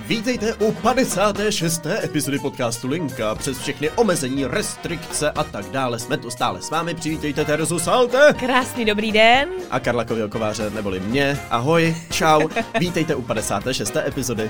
Vítejte u 56. epizody podcastu Linka. Přes všechny omezení, restrikce a tak dále jsme tu stále s vámi. Přivítejte Terezu Salte. Krásný dobrý den. A Karla Kováře, neboli mě. Ahoj, čau. Vítejte u 56. epizody.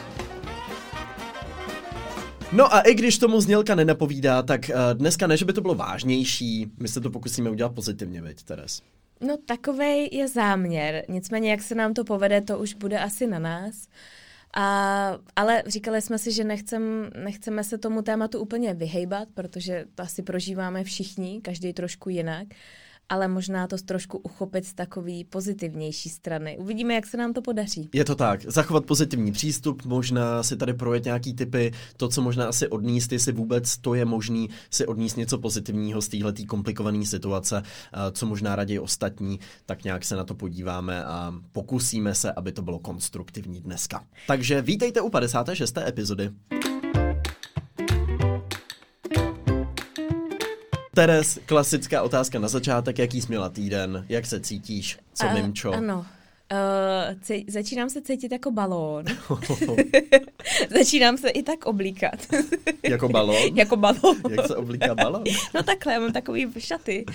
No a i když tomu znělka nenapovídá, tak dneska ne, že by to bylo vážnější, my se to pokusíme udělat pozitivně, veď, Teres? No takovej je záměr, nicméně jak se nám to povede, to už bude asi na nás. Ale říkali jsme si, že nechceme se tomu tématu úplně vyhejbat, protože to asi prožíváme všichni, každý trošku jinak, ale možná to trošku uchopit z takový pozitivnější strany. Uvidíme, jak se nám to podaří. Je to tak. Zachovat pozitivní přístup, možná si tady projet nějaký typy, to, co možná asi odníst, jestli vůbec to je možný si odníst něco pozitivního z téhletý komplikované situace, co možná raději ostatní, tak nějak se na to podíváme a pokusíme se, aby to bylo konstruktivní dneska. Takže vítejte u 56. epizody. Teres, klasická otázka na začátek, jaký jsi měla týden, jak se cítíš, co mimčo? Ano, začínám se cítit jako balón. Začínám se i tak oblíkat. Jako balón? Jako balón. Jak se oblíká balón? No takhle, já mám takový šaty.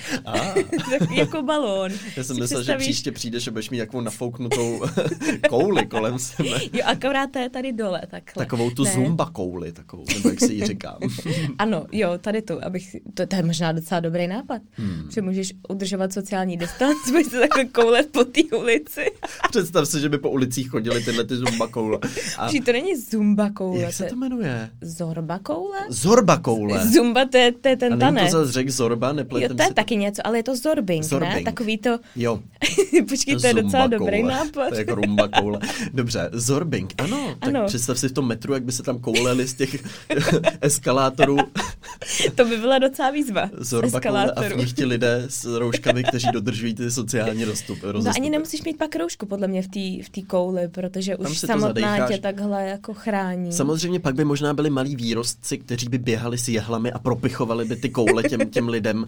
Jako balón. Já jsem myslel, že příště přijdeš a budeš mít takovou nafouknutou kouli kolem sebe. Jo, akorát to je tady dole, takhle. Takovou tu zumba kouli, takovou, nebo jak si ji říkám. Ano, jo, tady tu, to je možná docela dobrý nápad. Že můžeš udržovat sociální distanc, budeš se takhle koulet po té ulici. Představ si, že by po ulicích chodily tyhle ty zumba koule. Že to není zumba koule. Jak se to jmenuje? Zorba koule? Zorba koule. Zumba, to je ten tanec. A není to zase řek zorba, nepletem si. Jo, to je taky něco, ale je to zorbing, ne? Takový to... Jo. Počkej, to je docela dobrý nápad. To je jako rumba koule. Dobře, zorbing, ano. Tak ano. Představ si v tom metru, jak by se tam kouleli z těch eskalátorů. To by byla docela výzva. Zorba koule a v nich ti lidé s rouškami, kteří dodržují ty sociální rozestupy. No ani nemusíš mít pak roušku, podle mě, v té kouli, protože už samotná tě takhle jako chrání. Samozřejmě pak by možná byli malí výrostci, kteří by běhali s jehlami a propichovali by ty koule těm lidem.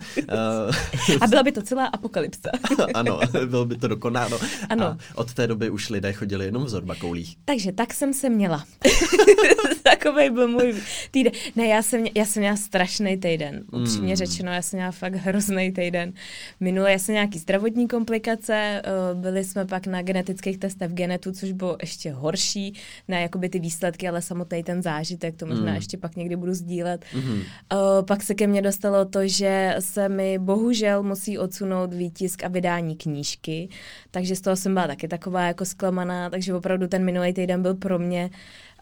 A byla by to celá apokalypsa. Ano, bylo by to dokonáno. Ano. A od té doby už lidé chodili jenom v zorba koulích. Takže tak jsem se měla. Takovej byl můj týden. Ne, já jsem měla strašný týden. Upřímně řečeno, já jsem měla fakt hrozný týden. Minule jsem nějaký zdravotní komplikace, byli jsme pak na genetických testech v Genetu, což bylo ještě horší, ne jakoby ty výsledky, ale samotný ten zážitek, to možná ještě pak někdy budu sdílet. Pak se ke mně dostalo to, že se mi bohužel musí odsunout výtisk a vydání knížky, takže z toho jsem byla taky taková jako zklamaná, takže opravdu ten minulý týden byl pro mě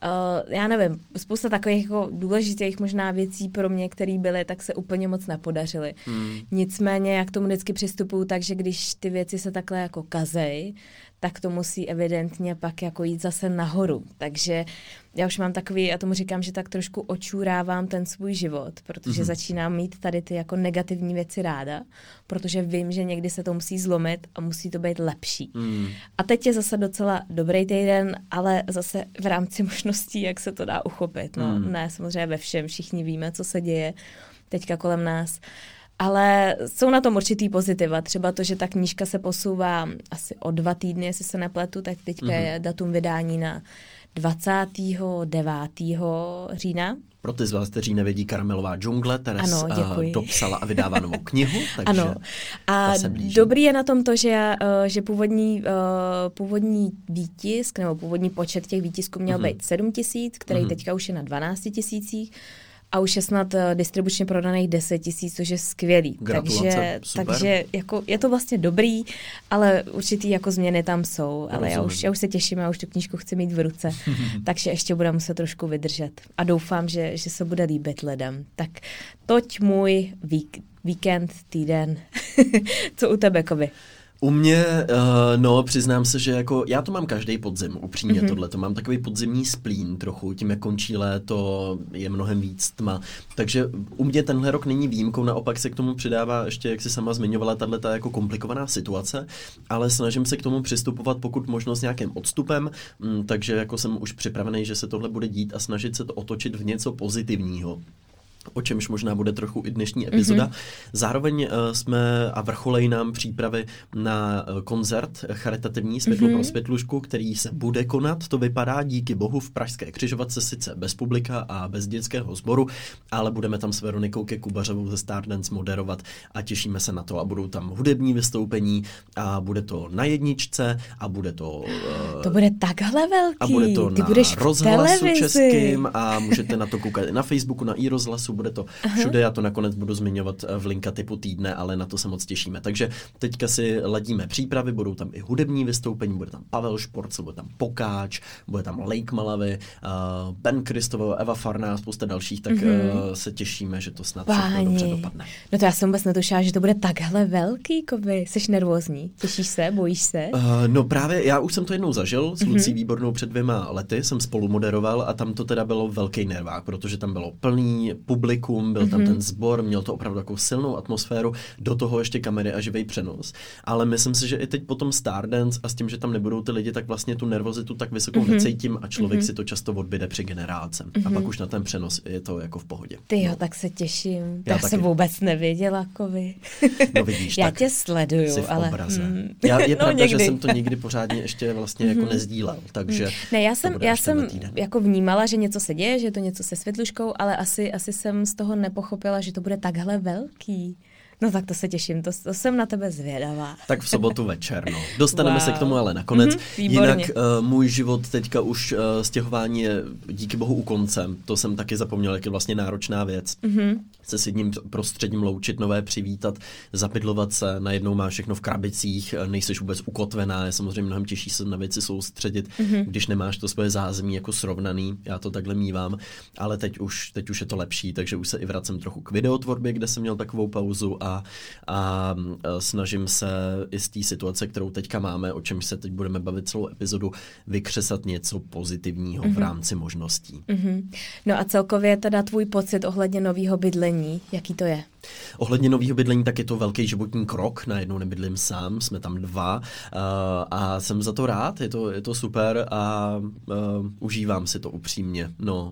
já nevím, spousta takových jako důležitých možná věcí pro mě, které byly, tak se úplně moc nepodařily. Nicméně já k tomu vždycky přistupuju tak, že když ty věci se takhle jako kazej, tak to musí evidentně pak jako jít zase nahoru. Takže já už mám takový, já tomu říkám, že tak trošku očurávám ten svůj život, protože začínám mít tady ty jako negativní věci ráda, protože vím, že někdy se to musí zlomit a musí to být lepší. A teď je zase docela dobrý týden, ale zase v rámci možností, jak se to dá uchopit. No, ne, samozřejmě ve všem, všichni víme, co se děje teďka kolem nás. Ale jsou na tom určitý pozitiva. Třeba to, že ta knížka se posouvá asi o 2 týdny, jestli se nepletu, tak teďka je datum vydání na 29. října. Pro ty z vás, kteří nevědí, Karamelová džungle, Teres dopsala a vydává novou knihu. Takže ano. A dobrý je na tom to, že původní výtisk, nebo původní počet těch výtisků měl být 7 000, který teďka už je na 12 000. A už je snad distribučně prodaných 10 000, což je skvělý. Takže jako je to vlastně dobrý, ale určitý jako změny tam jsou. Ale já už se těším, já už tu knížku chci mít v ruce, takže ještě budu muset trošku vydržet. A doufám, že se bude líbit lidem. Tak toť můj víkend, týden. Co u tebe, Kovi? U mě, přiznám se, že jako já to mám každý podzim, upřímně tohle, to mám takový podzimní splín trochu, tím jak končí léto, je mnohem víc tma, takže u mě tenhle rok není výjimkou, naopak se k tomu přidává ještě, jak jsi sama zmiňovala, tato jako komplikovaná situace, ale snažím se k tomu přistupovat pokud možno s nějakým odstupem, takže jako jsem už připravený, že se tohle bude dít a snažit se to otočit v něco pozitivního. o čemž možná bude trochu i dnešní epizoda. Zároveň jsme a vrcholejí nám přípravy na koncert charitativní Světlo pro světlušku, který se bude konat. To vypadá díky bohu v pražské Křižovatce, sice bez publika a bez dětského sboru, ale budeme tam s Veronikou Kekubařovou ze Stardance moderovat a těšíme se na to a budou tam hudební vystoupení a bude to na jedničce a bude to... To bude takhle velký. A bude to Ty na budeš v rozhlasu televizi. českým a můžete na to koukat na Facebooku, na iRozhlasu, bude to všude, já to nakonec budu zmiňovat v linka typu týdne, ale na to se moc těšíme. Takže teďka si ladíme přípravy, budou tam i hudební vystoupení, bude tam Pavel Šporcel, bude tam Pokáč, bude tam Lake Malavy, Ben Kristovo, Eva Farná a spousta dalších, tak se těšíme, že to snad všechno dobře dopadne. No to já jsem vůbec netušila, že to bude takhle velký, Koby. Jsi nervózní? Těšíš se? Bojíš se? No právě, já už jsem to jednou zažil s Lucí Výbornou před 2 lety, jsem spolu moderoval a tam to teda bylo velký nervák, protože tam bylo plný publikum, byl tam ten sbor, měl to opravdu takovou silnou atmosféru, do toho ještě kamery a živý přenos. Ale myslím si, že i teď potom Stardance a s tím, že tam nebudou ty lidi, tak vlastně tu nervozitu tak vysokou necítím a člověk si to často odbyde při generálce. A pak už na ten přenos je to jako v pohodě. Ty jo, tak se těším. Já taky. jsem vůbec nevěděla, Kovi. No vidíš, já tak tě sleduju, jsi v ale... obraze. Je pravda, někdy. že jsem to nikdy pořádně ještě vlastně jako nezdílel, takže Ne, já až jsem tenhle týden. jako vnímala, že něco se děje, že je to něco se světluškou, ale asi jsem z toho nepochopila, že to bude takhle velký. No tak to se těším, to jsem na tebe zvědavá. Tak v sobotu večer, no. Dostaneme se k tomu ale nakonec. Jinak můj život teďka už stěhování je díky bohu u konce. To jsem taky zapomněl, jak je vlastně náročná věc. Se s jedním prostředím loučit, nové přivítat, zapydlovat se, najednou máš všechno v krabicích, nejseš vůbec ukotvená, je samozřejmě mnohem těžší se na věci soustředit, když nemáš to svoje zázemí jako srovnaný. Já to takhle mívám, ale teď už je to lepší, takže už se i vracím trochu k videotvorbě, kde jsem měl takovou pauzu a snažím se i z té situace, kterou teďka máme, o čemž se teď budeme bavit celou epizodu, vykřesat něco pozitivního v rámci možností. No a celkově teda tvůj pocit ohledně nového bydlení, jaký to je? Ohledně nového bydlení, tak je to velký životní krok, najednou nebydlím sám, jsme tam 2 a jsem za to rád, je to super a užívám si to upřímně. No,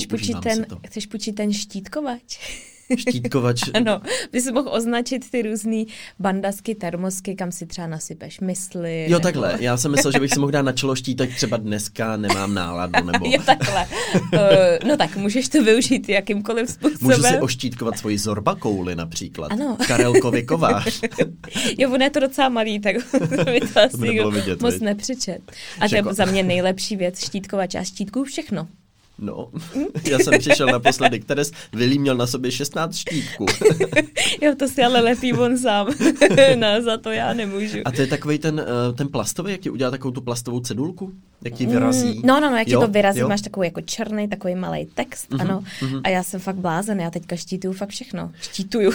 chceš půjčit ten štítkovač? Štítkovač. Ano, bys mohl označit ty různý bandasky, termosky, kam si třeba nasypeš mysli. Jo, takhle. Já jsem myslel, že bych si mohl dát na čelo štítek, třeba dneska nemám náladu, nebo... Jo, takhle. No tak, můžeš to využít jakýmkoliv způsobem. Můžu si oštítkovat svoji Zorba kouli například. Ano. Karelkovi kovář. Jo, on je to docela malý, tak by to asi vidět, moc nepřičet. A to je za mě nejlepší věc, štítkovač. Já štítkuju všechno. No, já jsem přišel naposledy k Teres, Willy měl na sobě 16 štítků. Jo, to si ale lepí on sám. No, za to já nemůžu. A to je takovej ten plastový, jak ti udělá takovou tu plastovou cedulku? Jak ti vyrazí? No, jak ti to vyrazí, máš takový jako černý, takový malý text, ano. A já jsem fakt blázen, já teďka štítuju fakt všechno. Štítuju.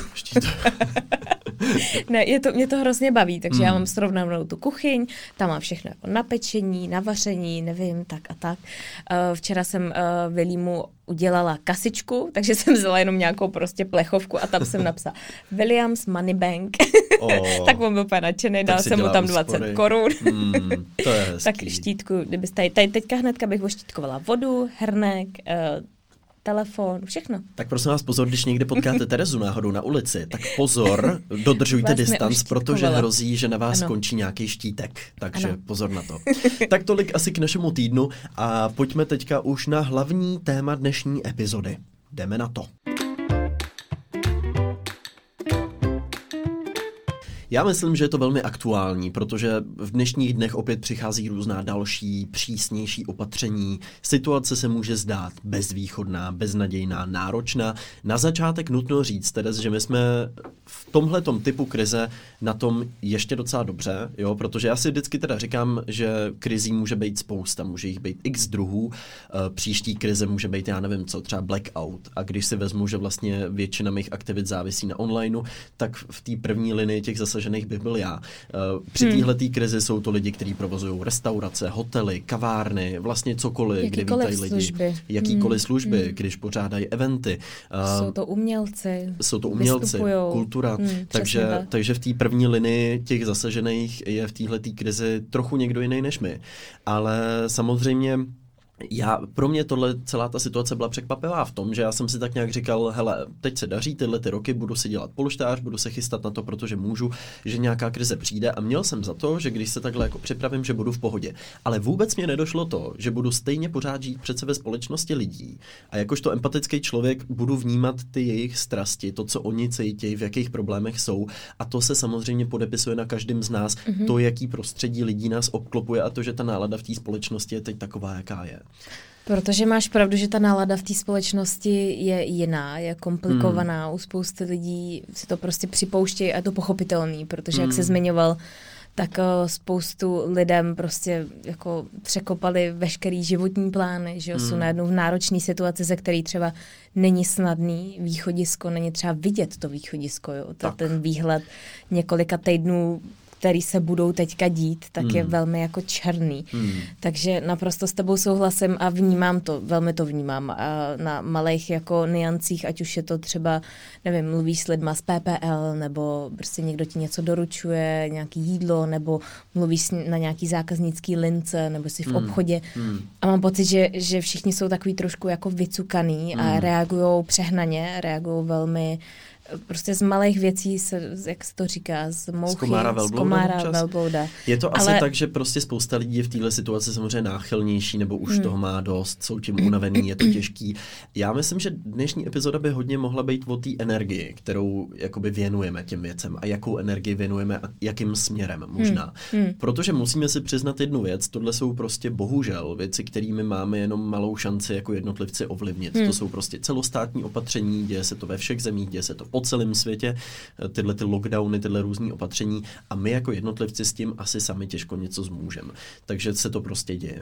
Ne, mě to hrozně baví, takže já mám srovnanou tu kuchyň, tam mám všechno jako na pečení, na vaření, nevím, tak a tak. Včera jsem Williamu udělala kasičku, takže jsem vzala jenom nějakou prostě plechovku a tam jsem napsala Williams Money Bank. Tak on byl úplně nadšený, dal jsem mu tam 20 korun. To je hezký. Tak štítku, kdybyste tady teďka hnedka bych oštítkovala vodu, hrnek, telefon, všechno. Tak prosím vás pozor, když někde potkáte Terezu náhodou na ulici, tak pozor, dodržujte distanc, protože hrozí, že na vás skončí nějaký štítek. Takže pozor na to. Tak tolik asi k našemu týdnu a pojďme teďka už na hlavní téma dnešní epizody. Jdeme na to. Já myslím, že je to velmi aktuální, protože v dnešních dnech opět přichází různá další, přísnější opatření. Situace se může zdát bezvýchodná, beznadějná, náročná. Na začátek nutno říct teda, že my jsme v tomhletom typu krize na tom ještě docela dobře, jo, protože já si vždycky teda říkám, že krizí může být spousta, může jich být x druhů, příští krize může být, já nevím co, třeba blackout. A když si vezmu, že vlastně většina mých aktivit závisí na onlineu, tak v té první linii těch zasažených bych byl já. Při téhletý krizi jsou to lidi, kteří provozují restaurace, hotely, kavárny, vlastně cokoliv, kde vítají lidi. Jakýkoliv služby, když pořádají eventy. Jsou to umělci, kultura. Takže v té první linii těch zasažených je v téhletý krizi trochu někdo jiný než my. Ale samozřejmě Pro mě celá ta situace byla překvapivá v tom, že já jsem si tak nějak říkal, hele, teď se daří tyhle ty roky, budu si dělat polštář, budu se chystat na to, protože můžu, že nějaká krize přijde a měl jsem za to, že když se takhle jako připravím, že budu v pohodě. Ale vůbec mě nedošlo to, že budu stejně pořád žít přece ve společnosti lidí a jakožto empatický člověk budu vnímat ty jejich strasti, to, co oni cítí, v jakých problémech jsou a to se samozřejmě podepisuje na každém z nás, to, jaký prostředí lidí nás obklopuje a to, že ta nálada v té společnosti je teď taková, jaká je. Protože máš pravdu, že ta nálada v té společnosti je jiná, je komplikovaná. U spousty lidí si to prostě připouštějí a je to pochopitelný, protože jak jsi zmiňoval, tak spoustu lidem prostě jako překopali veškerý životní plány, že jsou najednou v náročné situaci, ze který třeba není snadný východisko, není třeba vidět to východisko, jo? Ten výhled několika týdnů, který se budou teďka dít, tak je velmi jako černý. Takže naprosto s tebou souhlasím a vnímám to, velmi to vnímám. A na malých jako niancích, ať už je to třeba, nevím, mluvíš s lidma z PPL, nebo prostě někdo ti něco doručuje, nějaký jídlo, nebo mluvíš na nějaký zákaznický lince, nebo si v obchodě. A mám pocit, že všichni jsou takový trošku jako vycukaný a reagujou přehnaně, reagují velmi prostě z malých věcí, jak se to říká, z mouchy, z komára velblouda. Je to asi tak, že prostě spousta lidí je v téhle situaci samozřejmě náchylnější, nebo už toho má dost, jsou tím unavený, je to těžký. Já myslím, že dnešní epizoda by hodně mohla být o té energii, kterou jakoby věnujeme těm věcem a jakou energii věnujeme a jakým směrem možná. Protože musíme si přiznat jednu věc, tohle jsou prostě bohužel věci, kterými máme jenom malou šanci jako jednotlivci ovlivnit. To jsou prostě celostátní opatření, děje se to ve všech zemích, děje se to po celém světě, tyhle ty lockdowny, tyhle různý opatření a my jako jednotlivci s tím asi sami těžko něco zmůžeme. Takže se to prostě děje.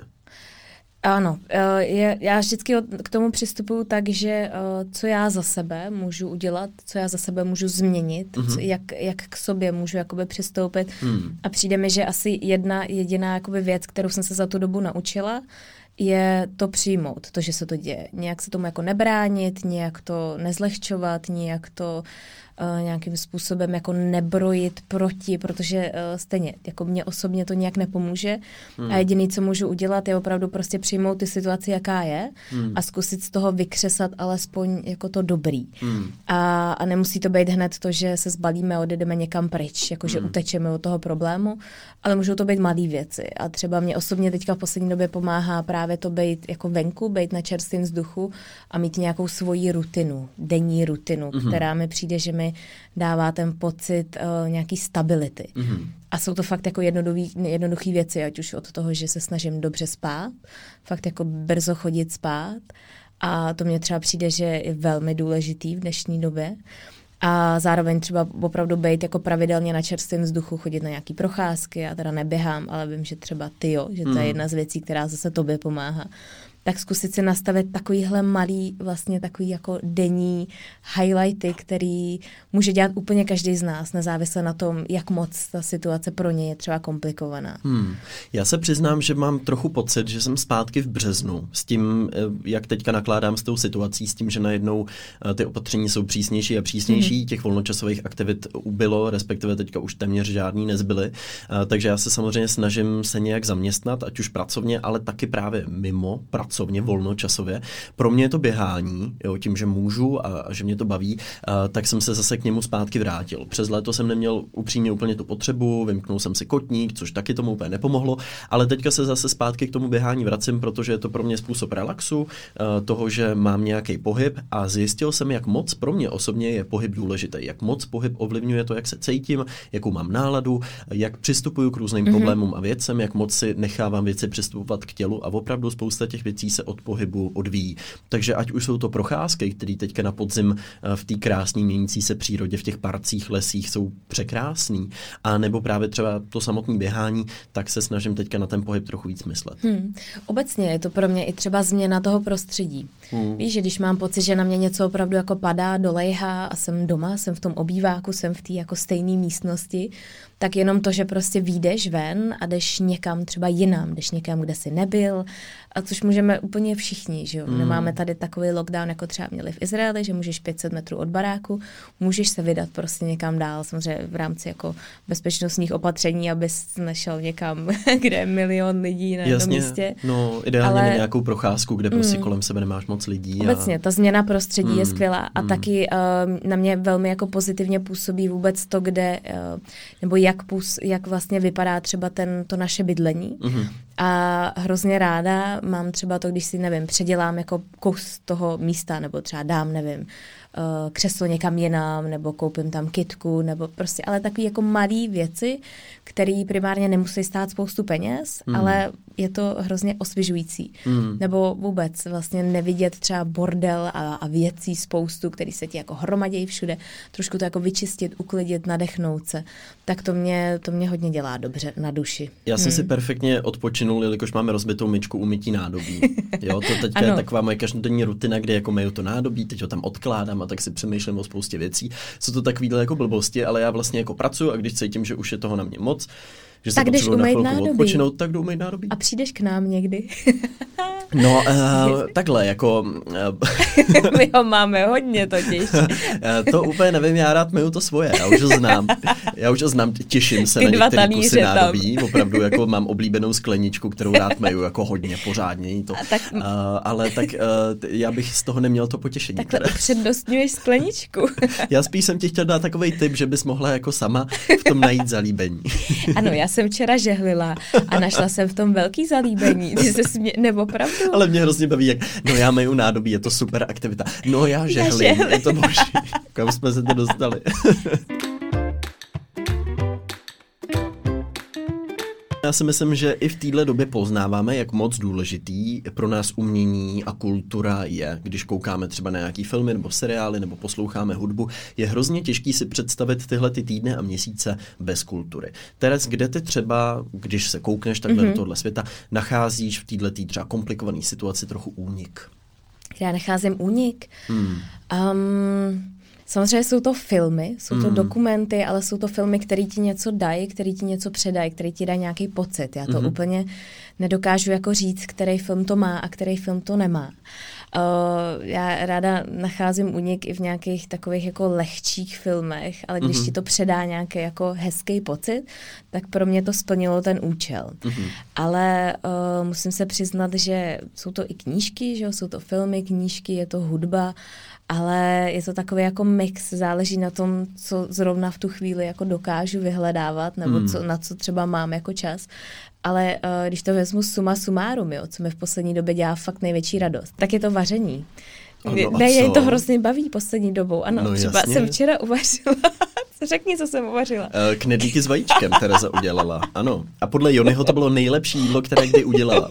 Ano, já vždycky k tomu přistupuju tak, že co já za sebe můžu udělat, co já za sebe můžu změnit, jak k sobě můžu jakoby přistoupit a přijde mi, že asi jedna jediná jakoby věc, kterou jsem se za tu dobu naučila, je to přijmout, to, že se to děje. Nějak se tomu jako nebránit, nějak to nezlehčovat, nějak to nějakým způsobem jako nebrojit proti, protože stejně, jako mně osobně to nějak nepomůže a jediný, co můžu udělat, je opravdu prostě přijmout ty situaci, jaká je a zkusit z toho vykřesat alespoň jako to dobrý. A nemusí to být hned to, že se zbalíme a odjedeme někam pryč, jakože utečeme od toho problému, ale můžou to být malé věci. A třeba mě osobně teďka v poslední době pomáhá právě to být jako venku, být na čerstvém vzduchu a mít nějakou svoji rutinu, denní rutinu, která mi přijde, že mi dává ten pocit nějaký stability. A jsou to fakt jako jednoduché věci, ať už od toho, že se snažím dobře spát, fakt jako brzo chodit spát. A to mně třeba přijde, že je velmi důležitý v dnešní době. A zároveň třeba opravdu být jako pravidelně na čerstvém vzduchu, chodit na nějaký procházky, já teda neběhám, ale vím, že třeba že to je jedna z věcí, která zase tobě pomáhá. Tak zkusit si nastavit takovýhle malý, vlastně takový jako denní highlighty, který může dělat úplně každý z nás, nezávisle na tom, jak moc ta situace pro ně je třeba komplikovaná. Já se přiznám, že mám trochu pocit, že jsem zpátky v březnu s tím, jak teďka nakládám s tou situací, s tím, že najednou ty opatření jsou přísnější a přísnější, těch volnočasových aktivit ubylo, respektive teďka už téměř žádný nezbyly, takže já se samozřejmě snažím se nějak zaměstnat, ať už pracovně, ale taky právě mimo pracovně, volnočasově. Pro mě je to běhání, jo, tím, že můžu a že mě to baví, tak jsem se zase k němu zpátky vrátil. Přes léto jsem neměl upřímně úplně tu potřebu, vymknul jsem si kotník, což taky tomu úplně nepomohlo, ale teďka se zase zpátky k tomu běhání vracím, protože je to pro mě způsob relaxu, toho, že mám nějaký pohyb a zjistil jsem, jak moc pro mě osobně je pohyb důležitý, jak moc pohyb ovlivňuje to, jak se cítím, jakou mám náladu, jak přistupuju k různým problémům a věcem, jak moc si nechávám věci přistupovat k tělu a opravdu spousta těch věcí se od pohybu odvíjí. Takže ať už jsou to procházky, které teďka na podzim v té krásné měnící se přírodě, v těch parcích, lesích jsou překrásný, a nebo právě třeba to samotné běhání, tak se snažím teďka na ten pohyb trochu víc myslet. Obecně je to pro mě i třeba změna toho prostředí. Víš, že když mám pocit, že na mě něco opravdu jako padá, dolejhá a jsem doma, jsem v tom obýváku, jsem v té jako stejné místnosti, tak jenom to, že prostě vyjdeš ven a jdeš někam třeba jinam, jdeš někam, kde jsi nebyl, a což jsme úplně všichni, že jo. Nemáme tady takový lockdown, jako třeba měli v Izraeli, že můžeš 500 metrů od baráku, můžeš se vydat prostě někam dál, samozřejmě v rámci jako bezpečnostních opatření, abys nešel někam, kde je milion lidí na jednom místě. No, ideálně na nějakou procházku, kde prostě kolem sebe nemáš moc lidí. Obecně, ta změna prostředí je skvělá a taky na mě velmi jako pozitivně působí vůbec to, kde, nebo jak vlastně vypadá třeba to naše bydlení. A hrozně ráda mám třeba to, když si, nevím, předělám jako kus toho místa, nebo třeba dám, nevím, křeslo někam jinam, nebo koupím tam kytku, nebo prostě, ale takový jako malý věci, které primárně nemusí stát spoustu peněz, ale je to hrozně osvěžující. Nebo vůbec vlastně nevidět třeba bordel a věcí spoustu, který se ti jako hromadějí všude, trošku to jako vyčistit, uklidit, nadechnout se. Tak to mě hodně dělá dobře na duši. Já jsem si perfektně odpočinul, jelikož máme rozbitou myčku umytí nádobí. Jo, to teďka je taková moje každodenní rutina, kde jako myju to nádobí, teď ho tam odkládám a tak si přemýšlím o spoustě věcí. Jsou to takovýhle jako blbosti, ale já vlastně jako pracuji a když cítím, že už je toho na mě moc, že se potřebuji na chvilku odpočinout, tak jdu umýt nádobí. A přijdeš k nám někdy? No, takhle, jako... My ho máme hodně totiž. To úplně nevím, já rád myju to svoje, já už ho znám, těším se na některé kusy nádobí, opravdu jako mám oblíbenou skleničku, kterou rád myju jako hodně, pořádně. Ale tak já bych z toho neměl to potěšení. Takhle upřednostňuješ skleničku. Já spíš jsem ti chtěl dát takovej tip, že bys mohla jako sama v tom najít zalíbení. Ano, já jsem včera žehlila a našla jsem v tom velký zalíbení. Ty jsi nebo pravdu? Ale mě hrozně baví, jak, no já myju nádobí, je to super aktivita. No já žehlím, je to boží. Kam jsme se to dostali? Já si myslím, že i v téhle době poznáváme, jak moc důležitý pro nás umění a kultura je. Když koukáme třeba na nějaký filmy nebo seriály nebo posloucháme hudbu, je hrozně těžký si představit tyhle ty týdny a měsíce bez kultury. Teres, kde ty třeba, když se koukneš takhle do tohle světa, nacházíš v této třeba komplikované situaci trochu únik? Já nacházím únik. Samozřejmě jsou to filmy, jsou to dokumenty, ale jsou to filmy, které ti něco dají, které ti něco předají, které ti dají nějaký pocit. Já to úplně nedokážu jako říct, který film to má a který film to nemá. Já ráda nacházím únik i v nějakých takových jako lehčích filmech, ale když ti to předá nějaký jako hezký pocit, tak pro mě to splnilo ten účel. Ale musím se přiznat, že jsou to i knížky, že jsou to filmy, knížky, je to hudba, ale je to takový jako mix, záleží na tom, co zrovna v tu chvíli jako dokážu vyhledávat, nebo na co třeba mám jako čas. Ale když to vezmu suma sumárum, co mi v poslední době dělá fakt největší radost, tak je to vaření. Mě to hrozně baví poslední dobou. Ano, no, třeba jsem včera uvařila. Řekni, co jsem uvařila. Knedlíky s vajíčkem Tereza udělala, ano. A podle Jonyho to bylo nejlepší jídlo, které kdy udělala.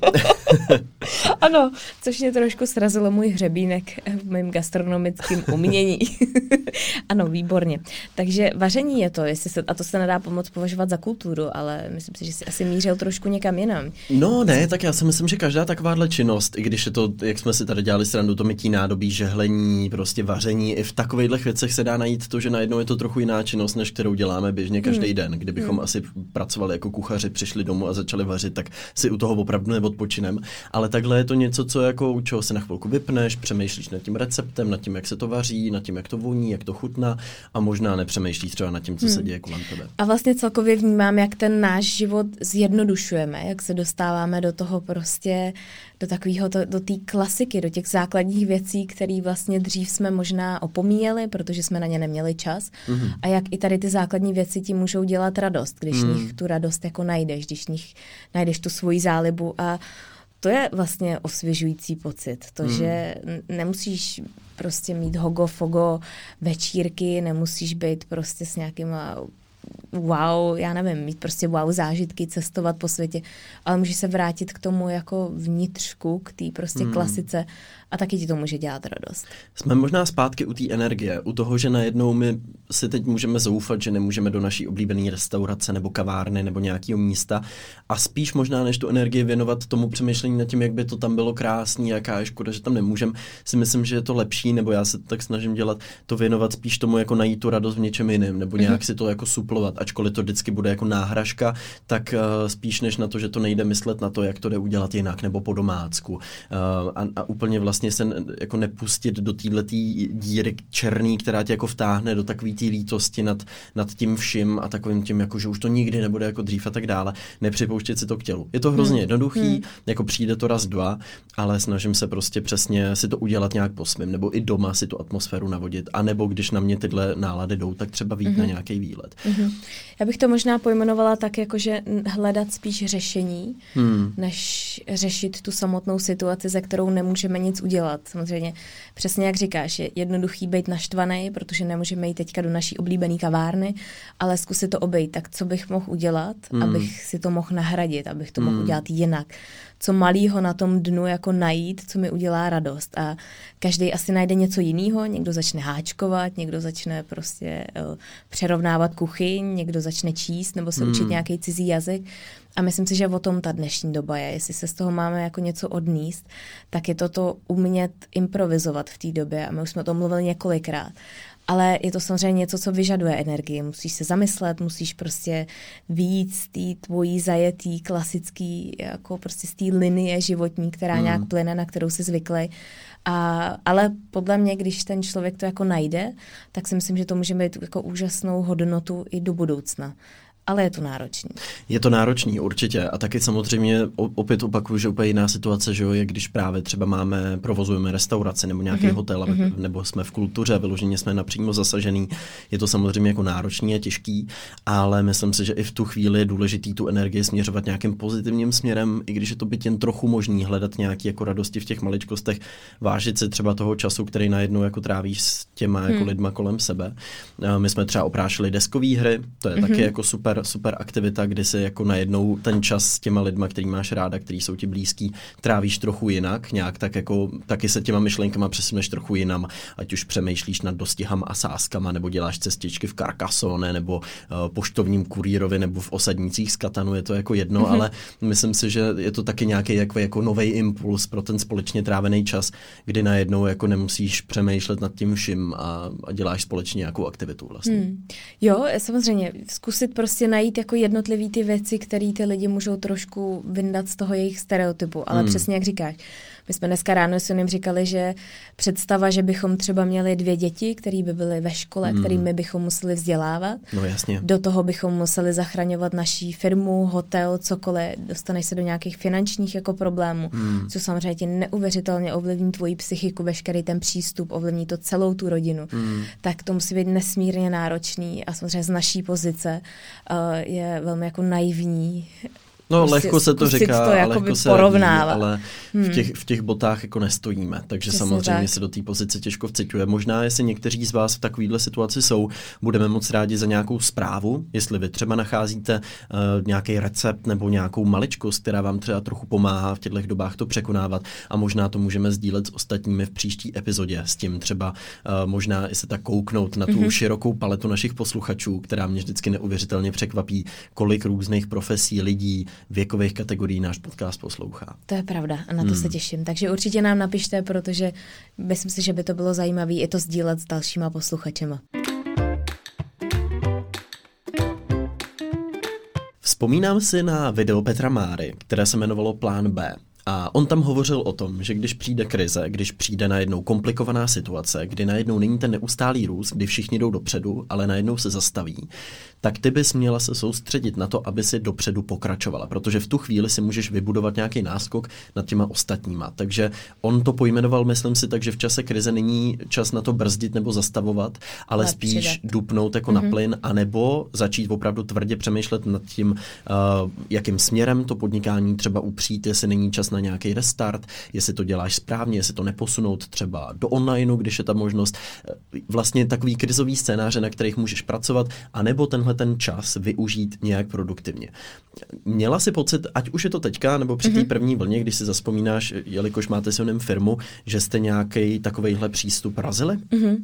Ano, což mě trošku srazilo můj hřebínek v mém gastronomickém umění. Ano, výborně. Takže vaření je to, a to se nedá pomoct považovat za kulturu, ale myslím si, že si asi mířil trošku někam jinam. No ne, tak já si myslím, že každá takováhle činnost, i když je to, jak jsme si tady dělali srandu, to mytí nádobí, žehlení, prostě vaření, i v takovýchhle věcech se dá najít to, že najednou je to trochu jiná činnost, než kterou děláme běžně každý den. Kdybychom asi pracovali jako kuchaři, přišli domů a začali vařit, tak si u toho opravdu neodpočinem. Ale takhle je to něco, co jako u čeho se na chvilku vypneš, přemýšlíš nad tím receptem, nad tím, jak se to vaří, nad tím, jak to voní, jak to chutná a možná nepřemýšlíš třeba nad tím, co se děje kolem tebe. A vlastně celkově vnímám, jak ten náš život zjednodušujeme, jak se dostáváme do toho prostě, do takového, do té klasiky, do těch základních věcí, které vlastně dřív jsme možná opomíjeli, protože jsme na ně neměli čas. A jak i tady ty základní věci ti můžou dělat radost, když v nich tu radost jako najdeš, když v nich najdeš tu svoji zálibu a to je vlastně osvěžující pocit. To, že nemusíš prostě mít hogo-fogo večírky, nemusíš být prostě s nějakýma wow, já nevím, mít prostě wow zážitky, cestovat po světě, ale můžeš se vrátit k tomu jako vnitřku, k té prostě klasice a taky ti to může dělat radost. Jsme možná zpátky u té energie, u toho, že najednou my si teď můžeme zoufat, že nemůžeme do naší oblíbené restaurace nebo kavárny nebo nějakého místa a spíš možná, než tu energii věnovat tomu přemýšlení nad tím, jak by to tam bylo krásný, jaká je škoda, že tam nemůžeme, si myslím, že je to lepší, nebo já se tak snažím dělat, to věnovat spíš tomu jako najít tu radost v něčem jiném, nebo nějak si to jako suplovat, ačkoliv to vždycky bude jako náhražka, tak spíš než na to, že to nejde myslet na to, jak to jde udělat jinak nebo po domácku. A úplně vlastně se jako nepustit do téhletý díry černý, která tě jako vtáhne do takový té lítosti nad tím vším a takovým tím, jako, že už to nikdy nebude jako dřív a tak dále. Nepřipouštět si to k tělu. Je to hrozně jednoduchý, jako přijde to raz, dva, ale snažím se prostě přesně si to udělat nějak po svým, nebo i doma si tu atmosféru navodit, a nebo když na mě tyhle nálady jdou, tak třeba vyjít na nějaký výlet. Já bych to možná pojmenovala tak, jako že hledat spíš řešení, než řešit tu samotnou situaci, ze kterou nemůžeme nic udělat. Samozřejmě přesně jak říkáš, je jednoduchý být naštvaný, protože nemůžeme jít teďka do naší oblíbené kavárny, ale zkusit to obejít. Tak co bych mohl udělat, abych si to mohl nahradit, abych to mohl udělat jinak. Co malýho na tom dnu jako najít, co mi udělá radost. A každý asi najde něco jiného, někdo začne háčkovat, někdo začne prostě přerovnávat kuchyň, někdo začne číst nebo se učit nějaký cizí jazyk. A myslím si, že o tom ta dnešní doba je. Jestli se z toho máme jako něco odníst, tak je to umět improvizovat v té době. A my už jsme o tom mluvili několikrát. Ale je to samozřejmě něco, co vyžaduje energii. Musíš se zamyslet, musíš prostě vyjít z té tvojí zajetý, klasický, jako prostě z té linie životní, která nějak plyne, na kterou jsi zvyklý. Ale podle mě, když ten člověk to jako najde, tak si myslím, že to může být jako úžasnou hodnotu i do budoucna. Ale je to náročný. Je to náročný, určitě. A taky samozřejmě opět opakuju, že úplně jiná situace, že jo, je když právě třeba provozujeme restauraci nebo nějaký hotel, nebo jsme v kultuře, vyloženě jsme napřímo zasažený. Je to samozřejmě jako náročný a těžký, ale myslím si, že i v tu chvíli je důležitý tu energii směřovat nějakým pozitivním směrem, i když je to byt jen trochu možný, hledat nějaké jako radosti v těch maličkostech, vážit si třeba toho času, který najednou jako trávíš s těma jako lidma kolem sebe. My jsme třeba oprášili deskové hry, to je taky jako super aktivita, kdy si jako najednou ten čas s těma lidma, který máš ráda, který jsou ti blízký, trávíš trochu jinak, nějak tak jako taky se těma myšlenkama přesuneš trochu jinam, ať už přemýšlíš nad dostihama a sázkama, nebo děláš cestičky v Carcassonne, nebo poštovním kurýrovi, nebo v osadnicích z Katanu, je to jako jedno, ale myslím si, že je to taky nějaký jako nový impuls pro ten společně trávený čas, kdy najednou jako nemusíš přemýšlet nad tím vším a děláš společně nějakou aktivitu vlastně. Jo, samozřejmě, zkusit prostě najít jako jednotlivý ty věci, které ty lidi můžou trošku vyndat z toho jejich stereotypu, ale přesně jak říkáš. My jsme dneska ráno s jim říkali, že představa, že bychom třeba měli 2 děti, které by byly ve škole, kterými bychom museli vzdělávat. No jasně. Do toho bychom museli zachraňovat naší firmu, hotel, cokoliv. Dostaneš se do nějakých finančních jako problémů, co samozřejmě ti neuvěřitelně ovlivní tvoji psychiku, veškerý ten přístup, ovlivní to celou tu rodinu. Tak to musí být nesmírně náročný a samozřejmě z naší pozice je velmi jako naivní. No prostě lehko se to říká, to lehko se porovnává, ale v těch botách jako nestojíme, takže přesně samozřejmě tak. Se do té pozice těžko vciťuje. Možná, jestli někteří z vás v takovéhle situaci jsou, budeme moc rádi za nějakou zprávu, jestli vy třeba nacházíte nějaký recept nebo nějakou maličkost, která vám třeba trochu pomáhá v těchto dobách to překonávat a možná to můžeme sdílet s ostatními v příští epizodě, s tím třeba možná i se tak kouknout na tu širokou paletu našich posluchačů, která mě vždycky neuvěřitelně překvapí, kolik různých profesí, lidí, věkových kategorií náš podcast poslouchá. To je pravda a na to se těším. Takže určitě nám napište, protože myslím si, že by to bylo zajímavé i to sdílet s dalšíma posluchačema. Vzpomínám si na video Petra Máry, které se jmenovalo Plán B. A on tam hovořil o tom, že když přijde krize, když přijde najednou komplikovaná situace, kdy najednou není ten neustálý růst, kdy všichni jdou dopředu, ale najednou se zastaví, tak ty bys měla se soustředit na to, aby si dopředu pokračovala, protože v tu chvíli si můžeš vybudovat nějaký náskok nad těma ostatníma. Takže on to pojmenoval, myslím si, takže v čase krize není čas na to brzdit nebo zastavovat, ale spíš dupnout jako na plyn, anebo začít opravdu tvrdě přemýšlet nad tím, jakým směrem to podnikání třeba upřít, jestli není čas na nějaký restart, jestli to děláš správně, jestli to neposunout třeba do onlineu, když je ta možnost. Vlastně takový krizový scénáře, na kterých můžeš pracovat, anebo tenhle ten čas využít nějak produktivně. Měla si pocit, ať už je to teďka, nebo při té první vlně, když si zazpomínáš, jelikož máte s Jonem firmu, že jste nějaký takovejhle přístup razili?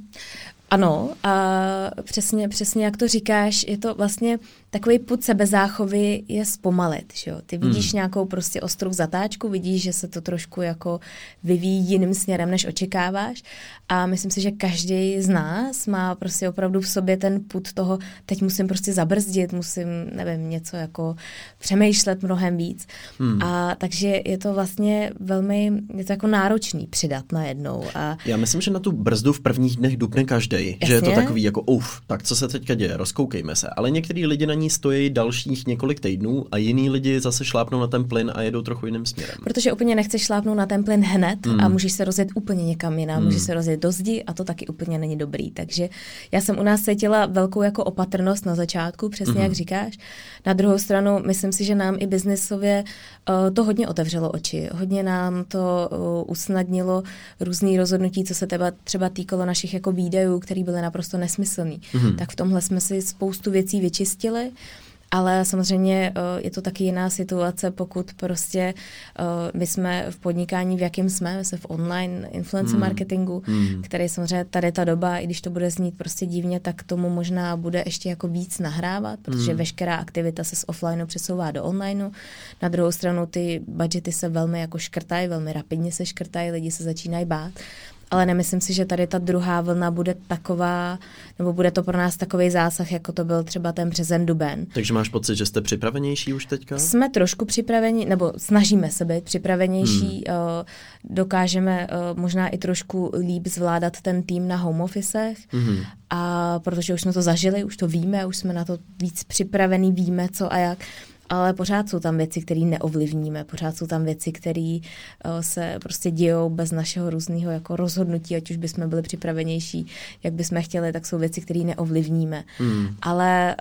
Ano, a přesně jak to říkáš, je to vlastně takový pud sebezáchovy je zpomalit, že jo. Ty vidíš nějakou prostě ostrou zatáčku, vidíš, že se to trošku jako vyvíjí jiným směrem, než očekáváš a myslím si, že každý z nás má prostě opravdu v sobě ten pud toho, teď musím prostě zabrzdit, musím, nevím, něco jako přemýšlet mnohem víc. A takže je to vlastně velmi, je to jako náročný přidat najednou. A já myslím, že na tu brzdu v prvních dnech dupne každej, že je to takový jako tak co se teďka děje, rozkoukejme se. Ale některý lidi na ní stojí dalších několik týdnů a jiný lidi zase šlápnou na ten plyn a jedou trochu jiným směrem. Protože úplně nechceš šlápnout na ten plyn hned a můžeš se rozjet úplně někam jinam, můžeš se rozjet do zdi a to taky úplně není dobrý. Takže já jsem u nás cítila velkou jako opatrnost na začátku, přesně jak říkáš. Na druhou stranu myslím si, že nám i biznisově to hodně otevřelo oči. Hodně nám to usnadnilo různý rozhodnutí, co se třeba týkalo našich jako výdajů, které byly naprosto nesmyslný. Tak v tomhle jsme si spoustu věcí vyčistili, ale samozřejmě je to taky jiná situace, pokud prostě my jsme v podnikání, v jakém jsme v online influencer marketingu, který samozřejmě tady ta doba, i když to bude znít prostě divně, tak tomu možná bude ještě jako víc nahrávat, protože veškerá aktivita se z offlineu přesouvá do onlineu. Na druhou stranu ty budgety se velmi jako škrtají, velmi rapidně se škrtají, lidi se začínají bát. Ale nemyslím si, že tady ta druhá vlna bude taková, nebo bude to pro nás takový zásah, jako to byl třeba ten březen, duben. Takže máš pocit, že jste připravenější už teďka? Jsme trošku připraveni, nebo snažíme se být připravenější, dokážeme možná i trošku líp zvládat ten tým na home officech, a protože už jsme to zažili, už to víme, už jsme na to víc připravení, víme co a jak. Ale pořád jsou tam věci, které neovlivníme, pořád jsou tam věci, které se prostě dějou bez našeho různého jako rozhodnutí, ať už bychom byli připravenější, jak bychom chtěli, tak jsou věci, které neovlivníme. Ale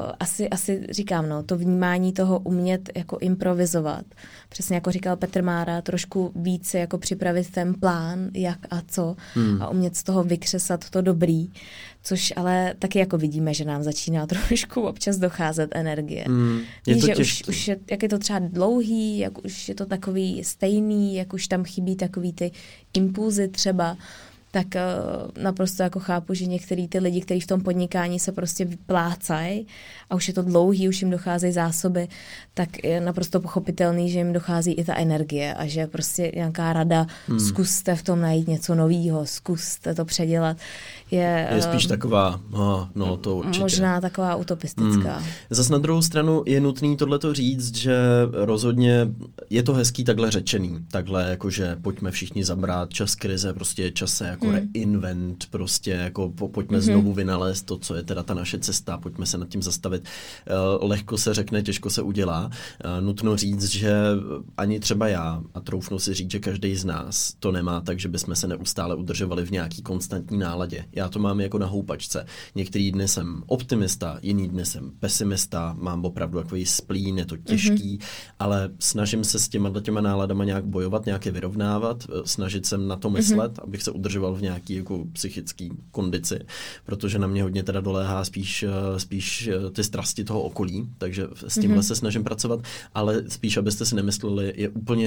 asi říkám, to vnímání toho umět jako improvizovat. Přesně jako říkal Petr Mára, trošku více jako připravit ten plán, jak a co a umět z toho vykřesat to dobrý. Což ale taky jako vidíme, že nám začíná trošku občas docházet energie. Víš, že už je, jak je to třeba dlouhý, jak už je to takový stejný, jak už tam chybí takový ty impulzy třeba, tak naprosto jako chápu, že některý ty lidi, kteří v tom podnikání se prostě vyplácají a už je to dlouhý, už jim docházejí zásoby, tak je naprosto pochopitelný, že jim dochází i ta energie a že prostě nějaká rada, zkuste v tom najít něco novýho, zkuste to předělat. Je spíš taková, to určitě. Možná taková utopistická. Zas na druhou stranu je nutný tohleto říct, že rozhodně je to hezký takhle řečený, takhle jakože pojďme všichni zabrat, čas krize, prostě čas se jako reinvent, prostě jako pojďme znovu vynalézt to, co je teda ta naše cesta, pojďme se nad tím zastavit. Lehko se řekne, těžko se udělá. Nutno říct, že ani třeba já, a troufnu si říct, že každý z nás to nemá tak, že bychom se neustále udržovali v nějaký konstantní náladě. Já to mám jako na houpačce. Některý dny jsem optimista, jiný dny jsem pesimista, mám opravdu takový splín, je to těžký, ale snažím se s těma náladama nějak bojovat, nějak je vyrovnávat, snažit se na to myslet, abych se udržoval v nějaký jako psychický kondici, protože na mě hodně teda doléhá spíš ty strasti toho okolí, takže s tímhle se snažím pracovat, ale spíš, abyste si nemysleli, je úplně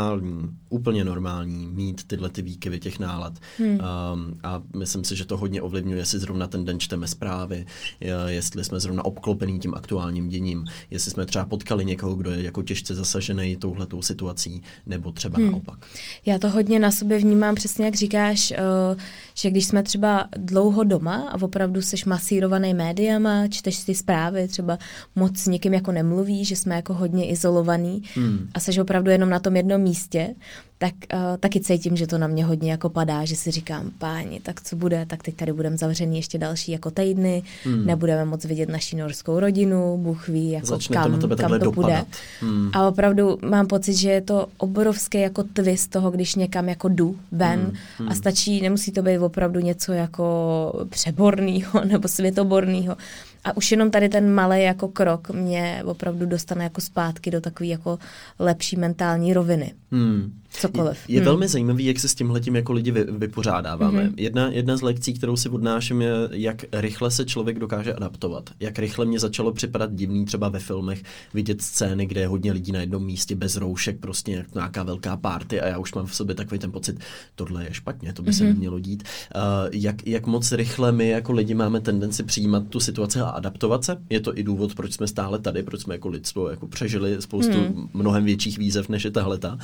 normální mít tyhle ty výkyvy těch nálad. A myslím si, že to hodně ovlivňuje, jestli zrovna ten den čteme zprávy, jestli jsme zrovna obklopený tím aktuálním děním, jestli jsme třeba potkali někoho, kdo je jako těžce zasažený touhletou situací, nebo třeba naopak. Já to hodně na sobě vnímám, přesně jak říkáš, že když jsme třeba dlouho doma a opravdu seš masírovaný médiama, čteš ty zprávy, třeba moc s někým jako nemluví, že jsme jako hodně izolovaný a seš opravdu jenom na tom jednom místě, tak taky cítím, že to na mě hodně jako padá, že si říkám, páni, tak co bude, tak teď tady budeme zavřený ještě další jako týdny, nebudeme moc vidět naši norskou rodinu, Bůh ví, jako kam to půjde. A opravdu mám pocit, že je to obrovský jako twist toho, když někam jako jdu ven a stačí, nemusí to být opravdu něco jako přeborného nebo světoborného. A už jenom tady ten malý jako krok mě opravdu dostane jako zpátky do takové jako lepší mentální roviny. Cokoliv. Je velmi zajímavý, jak se s tímhletím jako lidi vypořádáváme. Jedna z lekcí, kterou si odnáším, je, jak rychle se člověk dokáže adaptovat. Jak rychle mě začalo připadat divný třeba ve filmech vidět scény, kde je hodně lidí na jednom místě bez roušek, prostě nějaká velká party a já už mám v sobě takový ten pocit, tohle je špatně, to by se nemělo dít. Jak moc rychle my jako lidi máme tendenci přijímat tu situaci a adaptovat se. Je to i důvod, proč jsme stále tady, proč jsme jako lidstvo jako přežili spoustu mnohem větších výzev, než je tahleta.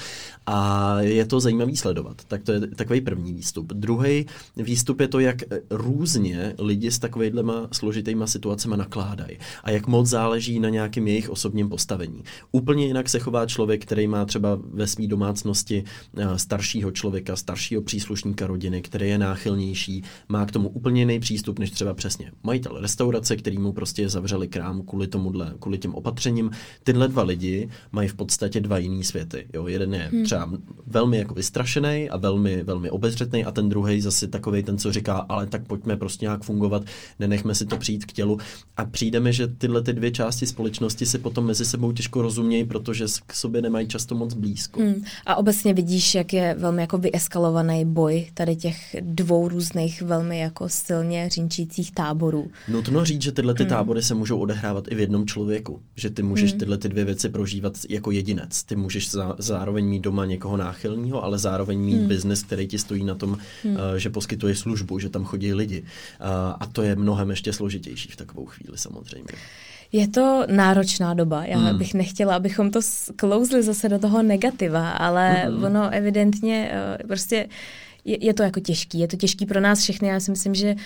A je to zajímavý sledovat. Tak to je takový první výstup. Druhý výstup je to, jak různě lidi s takovejhlema složitýma situacemi nakládají a jak moc záleží na nějakém jejich osobním postavení. Úplně jinak se chová člověk, který má třeba ve své domácnosti staršího člověka, staršího příslušníka rodiny, který je náchylnější, má k tomu úplně jiný přístup, než třeba přesně majitel restaurace, který mu prostě zavřeli krám kvůli těm opatřením. Tyhle dva lidi mají v podstatě dva jiný světy. Jo? Jeden je třeba velmi jako vystrašený a velmi, velmi obezřetný a ten druhej zase takovej ten, co říká, ale tak pojďme prostě nějak fungovat, nenechme si to přijít k tělu. A přijde mi, že tyhle ty dvě části společnosti se potom mezi sebou těžko rozumějí, protože k sobě nemají často moc blízko. A obecně vidíš, jak je velmi jako vyeskalovaný boj tady těch dvou různých velmi jako silně řinčících táborů. Nutno říct, že tyhle ty tábory se můžou odehrávat i v jednom člověku, že ty můžeš tyhle ty dvě věci prožívat jako jedinec. Ty můžeš zároveň mít doma někoho náchylného, ale zároveň mít biznes, který ti stojí na tom, že poskytuje službu, že tam chodí lidi. A to je mnohem ještě složitější v takovou chvíli samozřejmě. Je to náročná doba. Já bych nechtěla, abychom to sklouzli zase do toho negativa, ale ono evidentně prostě je to jako těžký. Je to těžký pro nás všechny. Já si myslím, že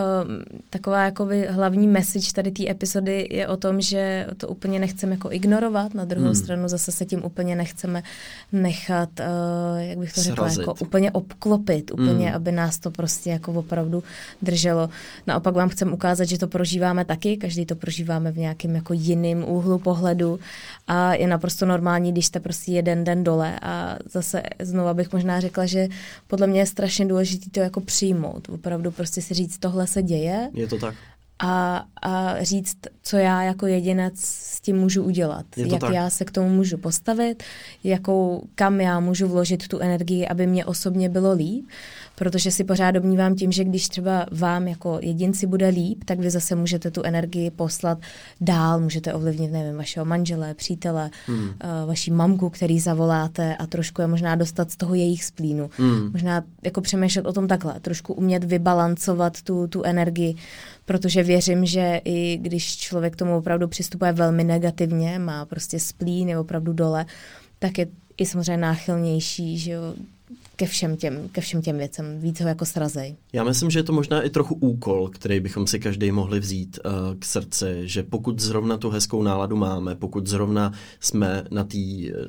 taková jakoby hlavní message tady té epizody je o tom, že to úplně nechceme jako ignorovat. Na druhou stranu zase se tím úplně nechceme nechat, jak bych to řekla, jako úplně obklopit. Úplně, aby nás to prostě jako opravdu drželo. Naopak vám chcem ukázat, že to prožíváme taky. Každý to prožíváme v nějakém jako jiném úhlu pohledu a je naprosto normální, když jste prostě jeden den dole. A zase znova bych možná řekla, že podle mě je strašně důležité to jako přijmout. Opravdu prostě si říct, tohle se děje. Je to tak. A říct, co já jako jedinec s tím můžu udělat. Jak tak. Já se k tomu můžu postavit, kam já můžu vložit tu energii, aby mě osobně bylo líp. Protože si pořád domnívám tím, že když třeba vám jako jedinci bude líp, tak vy zase můžete tu energii poslat dál, můžete ovlivnit, nevím, vašeho manžele, přítele, vaší mamku, který zavoláte a trošku je možná dostat z toho jejich splínu. Možná jako přemýšlet o tom takhle, trošku umět vybalancovat tu energii, protože věřím, že i když člověk k tomu opravdu přistupuje velmi negativně, má prostě splín, je opravdu dole, tak je i samozřejmě náchylnější, že jo, ke všem těm věcem, víc ho jako srazej. Já myslím, že je to možná i trochu úkol, který bychom si každý mohli vzít k srdci, že pokud zrovna tu hezkou náladu máme, pokud zrovna jsme na té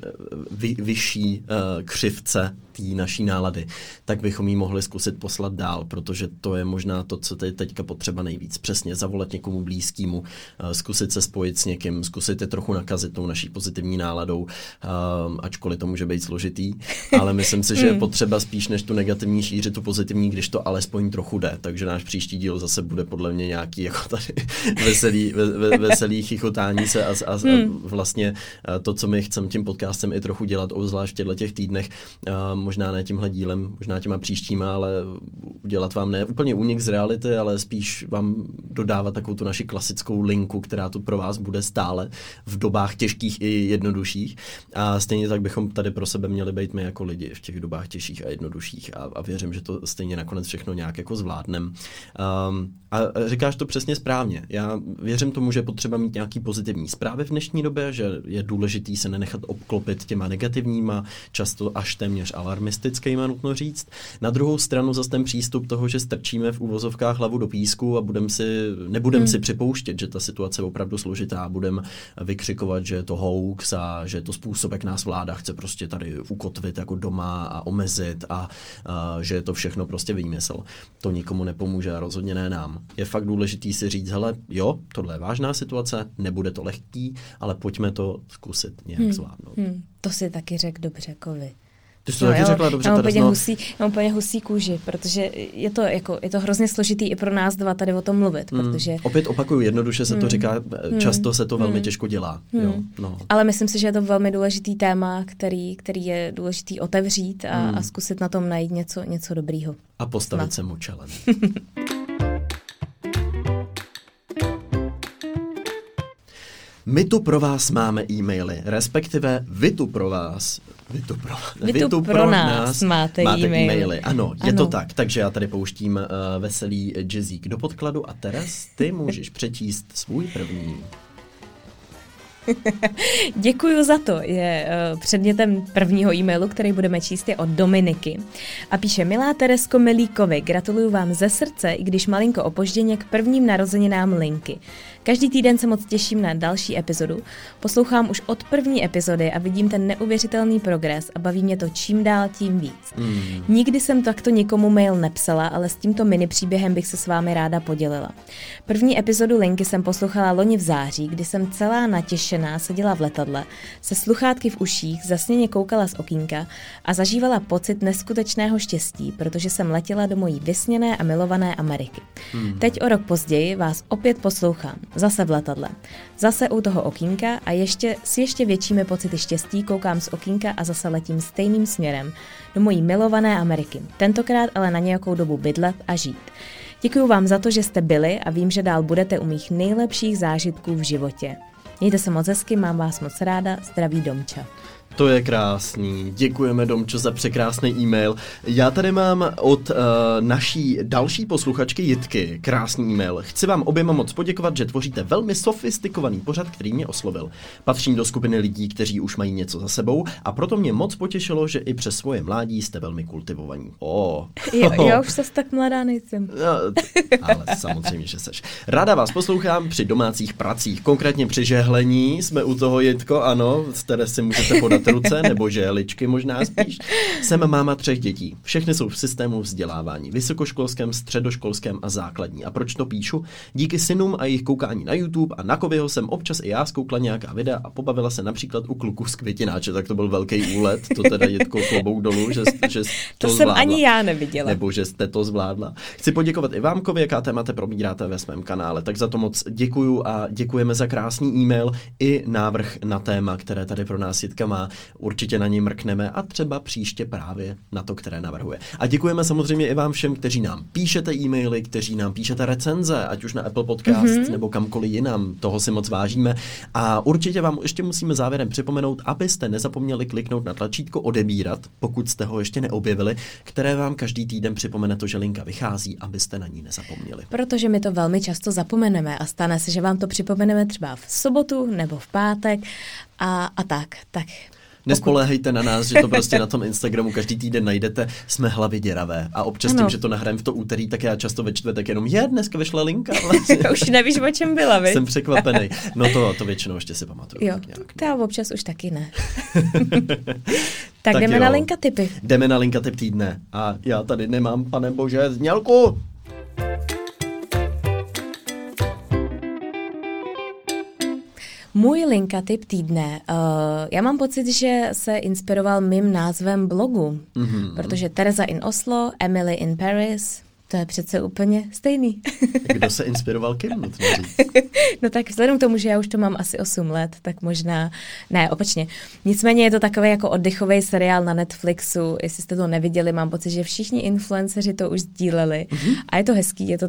vyšší křivce té naší nálady, tak bychom ji mohli zkusit poslat dál, protože to je možná to, co teďka potřeba nejvíc. Přesně zavolat někomu blízkému, zkusit se spojit s někým, zkusit je trochu nakazit tou naší pozitivní náladou, ačkoliv to může být složitý, ale myslím si, že je potřeba spíš než tu negativní šířit tu pozitivní, když to alespoň trochu jde. Takže náš příští díl zase bude podle mě nějaký jako tady veselý chichotání se a vlastně to, co my chceme tím podcastem i trochu dělat, obzvlášť v těch týdnech, možná ne tímhle dílem, možná těma příštíma, ale udělat vám ne úplně únik z reality, ale spíš vám dodávat takovou tu naši klasickou linku, která tu pro vás bude stále v dobách těžkých i jednodušších. A stejně tak bychom tady pro sebe měli být my jako lidi v těch dobách těžších a jednodušších a věřím, že to stejně nakonec všechno nějak jako zvládnem. A říkáš to přesně správně. Já věřím tomu, že je potřeba mít nějaký pozitivní zprávy v dnešní době, že je důležitý se nenechat obklopit těma negativníma, často až téměř alarmistickýma, nutno říct. Na druhou stranu zase ten přístup toho, že strčíme v úvozovkách hlavu do písku a nebudem si připouštět, že ta situace je opravdu složitá, budeme vykřikovat, že je to hoax a že je to způsob, jak nás vláda chce prostě tady ukotvit jako doma a omezit a že je to všechno prostě výmysl. To nikomu nepomůže a rozhodně ne nám. Je fakt důležitý si říct, hele, jo, tohle je vážná situace, nebude to lehký, ale pojďme to zkusit nějak zvládnout. To si taky řekl dobře, Kovy. Ty jsi to taky řekla dobře, mám úplně husí kůži, protože je to hrozně složitý i pro nás dva tady o tom mluvit, protože... Opět opakuju, jednoduše se to říká, často se to velmi těžko dělá. Jo, no. Ale myslím si, že je to velmi důležitý téma, který je důležitý otevřít a zkusit na tom najít něco dobrýho. A postavit se mu čelem. My tu pro vás máme e-maily, respektive vy tu pro nás máte e-maily. Ano, je to tak. Takže já tady pouštím veselý jazzík do podkladu a Teres, ty můžeš přečíst svůj první. Děkuju za to. Je předmětem prvního e-mailu, který budeme číst, je od Dominiky. A píše: Milá Teresko Milíkovi, gratuluju vám ze srdce, i když malinko opožděně, k prvním narozeninám Linky. Každý týden se moc těším na další epizodu. Poslouchám už od první epizody a vidím ten neuvěřitelný progres a baví mě to čím dál tím víc. Nikdy jsem takto nikomu mail nepsala, ale s tímto mini příběhem bych se s vámi ráda podělila. První epizodu Linky jsem poslouchala loni v září, kdy jsem celá natěšená seděla v letadle, se sluchátky v uších, zasněně koukala z okýnka a zažívala pocit neskutečného štěstí, protože jsem letěla do mojí vysněné a milované Ameriky. Teď o rok později vás opět poslouchám. Zase v letadle. Zase u toho okýnka a s ještě většími pocity štěstí koukám z okýnka a zase letím stejným směrem do mojí milované Ameriky. Tentokrát ale na nějakou dobu bydlet a žít. Děkuju vám za to, že jste byli a vím, že dál budete u mých nejlepších zážitků v životě. Mějte se moc hezky, mám vás moc ráda, zdraví Domča. To je krásný. Děkujeme, Domčo, za překrásný e-mail. Já tady mám od naší další posluchačky Jitky krásný e-mail. Chci vám oběma moc poděkovat, že tvoříte velmi sofistikovaný pořad, který mě oslovil. Patřím do skupiny lidí, kteří už mají něco za sebou a proto mě moc potěšilo, že i přes svoje mládí jste velmi kultivovaní. Já už zase tak mladá nejsem. Ale samozřejmě, že seš. Ráda vás poslouchám při domácích pracích, konkrétně při žehlení. Jsme u toho, Jitko, ano, které si můžete podat ruce, nebo žehličky možná spíš. Jsem máma 3 dětí. Všechny jsou v systému vzdělávání. Vysokoškolském, středoškolském a základní. A proč to píšu? Díky synům a jejich koukání na YouTube a na Kovyho jsem občas i já zkoukla nějaká videa a pobavila se například u Kluku z Květináče. Tak to byl velký úlet. To teda Jitko klobouk dolů, že to jsem ani já neviděla. Nebo že jste to zvládla. Chci poděkovat i vám, Kovi, jaká témata probíráte ve svém kanále. Tak za to moc děkuju a děkujeme za krásný e-mail i návrh na téma, které tady pro nás Jitka má. Určitě na něj mrkneme a třeba příště právě na to, které navrhuje. A děkujeme samozřejmě i vám všem, kteří nám píšete e-maily, kteří nám píšete recenze, ať už na Apple Podcast nebo kamkoliv jinam. Toho si moc vážíme. A určitě vám ještě musíme závěrem připomenout, abyste nezapomněli kliknout na tlačítko odebírat, pokud jste ho ještě neobjevili, které vám každý týden připomene to, že linka vychází, abyste na ní nezapomněli. Protože my to velmi často zapomeneme a stane se, že vám to připomeneme třeba v sobotu nebo v pátek a tak. Nespoléhejte na nás, že to prostě na tom Instagramu každý týden najdete, jsme hlavy děravé. A občas tím, že to nahrajeme v to úterý, tak já často ve čtvrtek jenom dneska vyšla linka. Už nevíš, o čem byla, viď? Jsem překvapený. No to většinou ještě si pamatuju. Jo, já občas už taky ne. tak jdeme na linka tipy. Jdeme na linka tip týdne. A já tady nemám, pane bože, znělku. Můj linka tip týdne. Já mám pocit, že se inspiroval mým názvem blogu, protože Tereza in Oslo, Emily in Paris, to je přece úplně stejný. Kdo se inspiroval kým? No tak vzhledem k tomu, že já už to mám asi 8 let, tak možná, ne, opačně. Nicméně je to takový jako oddechový seriál na Netflixu, jestli jste to neviděli, mám pocit, že všichni influenceři to už sdíleli a je to hezký, je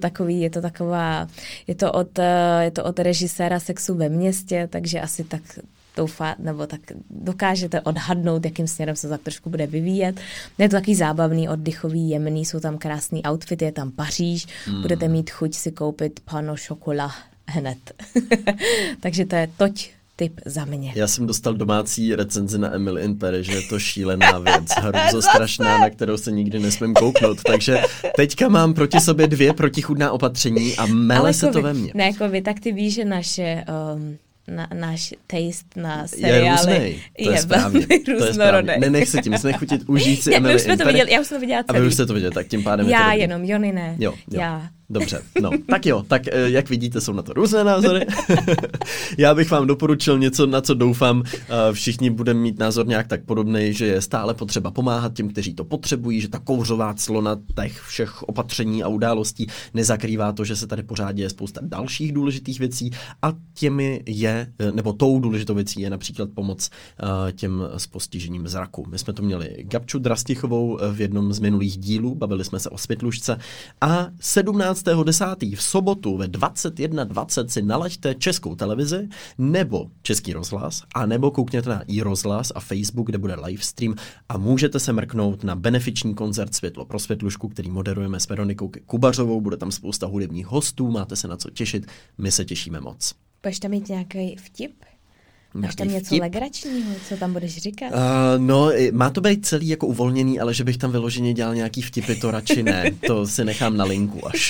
to od režiséra Sexu ve městě, takže asi tak tak dokážete odhadnout, jakým směrem se tak trošku bude vyvíjet. Je to takový zábavný, oddychový, jemný, jsou tam krásný outfity, je tam Paříž, budete mít chuť si koupit pain au chocolat hned. Takže to je toť tip za mě. Já jsem dostal domácí recenzi na Emily in Paris, že je to šílená věc, hrůzostrašná, na kterou se nikdy nesmím kouknout. Takže teďka mám proti sobě 2 protichůdná opatření a mele se to ve mně. Ne, jako vy, tak ty víš, že náš taste na seriály je velmi různorodý. Nenech se tím znechutit, užít si Emily in Paris. Já už jsem to viděla celý. A vy už jste to viděli, tak tím pádem já je to jenom, Jony ne. Jo. Já. Dobře, no, tak jo, tak jak vidíte, jsou na to různé názory. Já bych vám doporučil něco, na co doufám, všichni budeme mít názor nějak tak podobný, že je stále potřeba pomáhat těm, kteří to potřebují, že ta kouřová clona těch všech opatření a událostí nezakrývá to, že se tady pořád děje spousta dalších důležitých věcí a těmi je, nebo tou důležitou věcí je například pomoc těm s postižením zraku. My jsme tu měli Gabču Drastichovou v jednom z minulých dílů, bavili jsme se o světlušce a 17.10. v sobotu ve 21:20 si nalaďte Českou televizi nebo Český rozhlas a nebo koukněte na iRozhlas a Facebook, kde bude livestream a můžete se mrknout na benefiční koncert Světlo pro světlušku, který moderujeme s Veronikou Kubařovou, bude tam spousta hudebních hostů, máte se na co těšit, my se těšíme moc. Budeš tam mít nějaký vtip? Máš tam něco legračního, co tam budeš říkat? No, má to být celý jako uvolněný, ale že bych tam vyloženě dělal nějaký vtipy, to radši ne. To si nechám na linku až.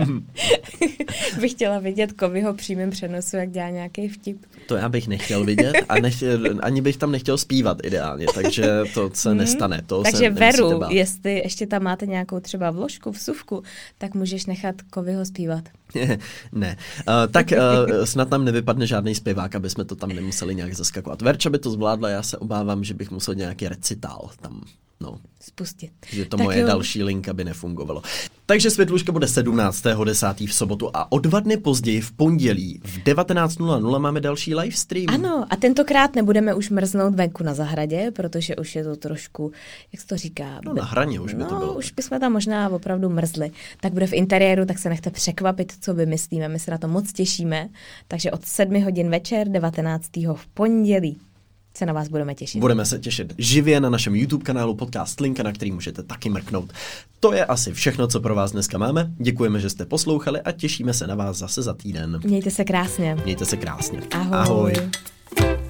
Bych chtěla vidět Kovyho přímém přenosu, jak dělá nějaký vtip. To já bych nechtěl vidět a ani bych tam nechtěl zpívat ideálně, takže to se nestane. Takže Veru, jestli ještě tam máte nějakou třeba vložku, vsuvku, tak můžeš nechat Kovyho zpívat. Ne. Tak snad nám nevypadne žádný zpěvák, aby jsme to tam nemuseli nějak zaskakovat. Verča by to zvládla, já se obávám, že bych musel nějaký recitál tam spustit. Že to tak moje další linka by nefungovalo. Takže světluška bude 17.10. v sobotu a o 2 dny později v pondělí v 19:00 máme další livestream. Ano, a tentokrát nebudeme už mrznout venku na zahradě, protože už je to trošku, jak se to říká? No na hraně už by to bylo. Už bychom tam možná opravdu mrzli. Tak bude v interiéru, tak se nechte překvapit, co vymyslíme. My se na to moc těšíme. Takže od 7 hodin večer 19. v pondělí se na vás budeme těšit. Budeme se těšit živě na našem YouTube kanálu Podcast Linka, na který můžete taky mrknout. To je asi všechno, co pro vás dneska máme. Děkujeme, že jste poslouchali a těšíme se na vás zase za týden. Mějte se krásně. Mějte se krásně. Ahoj. Ahoj.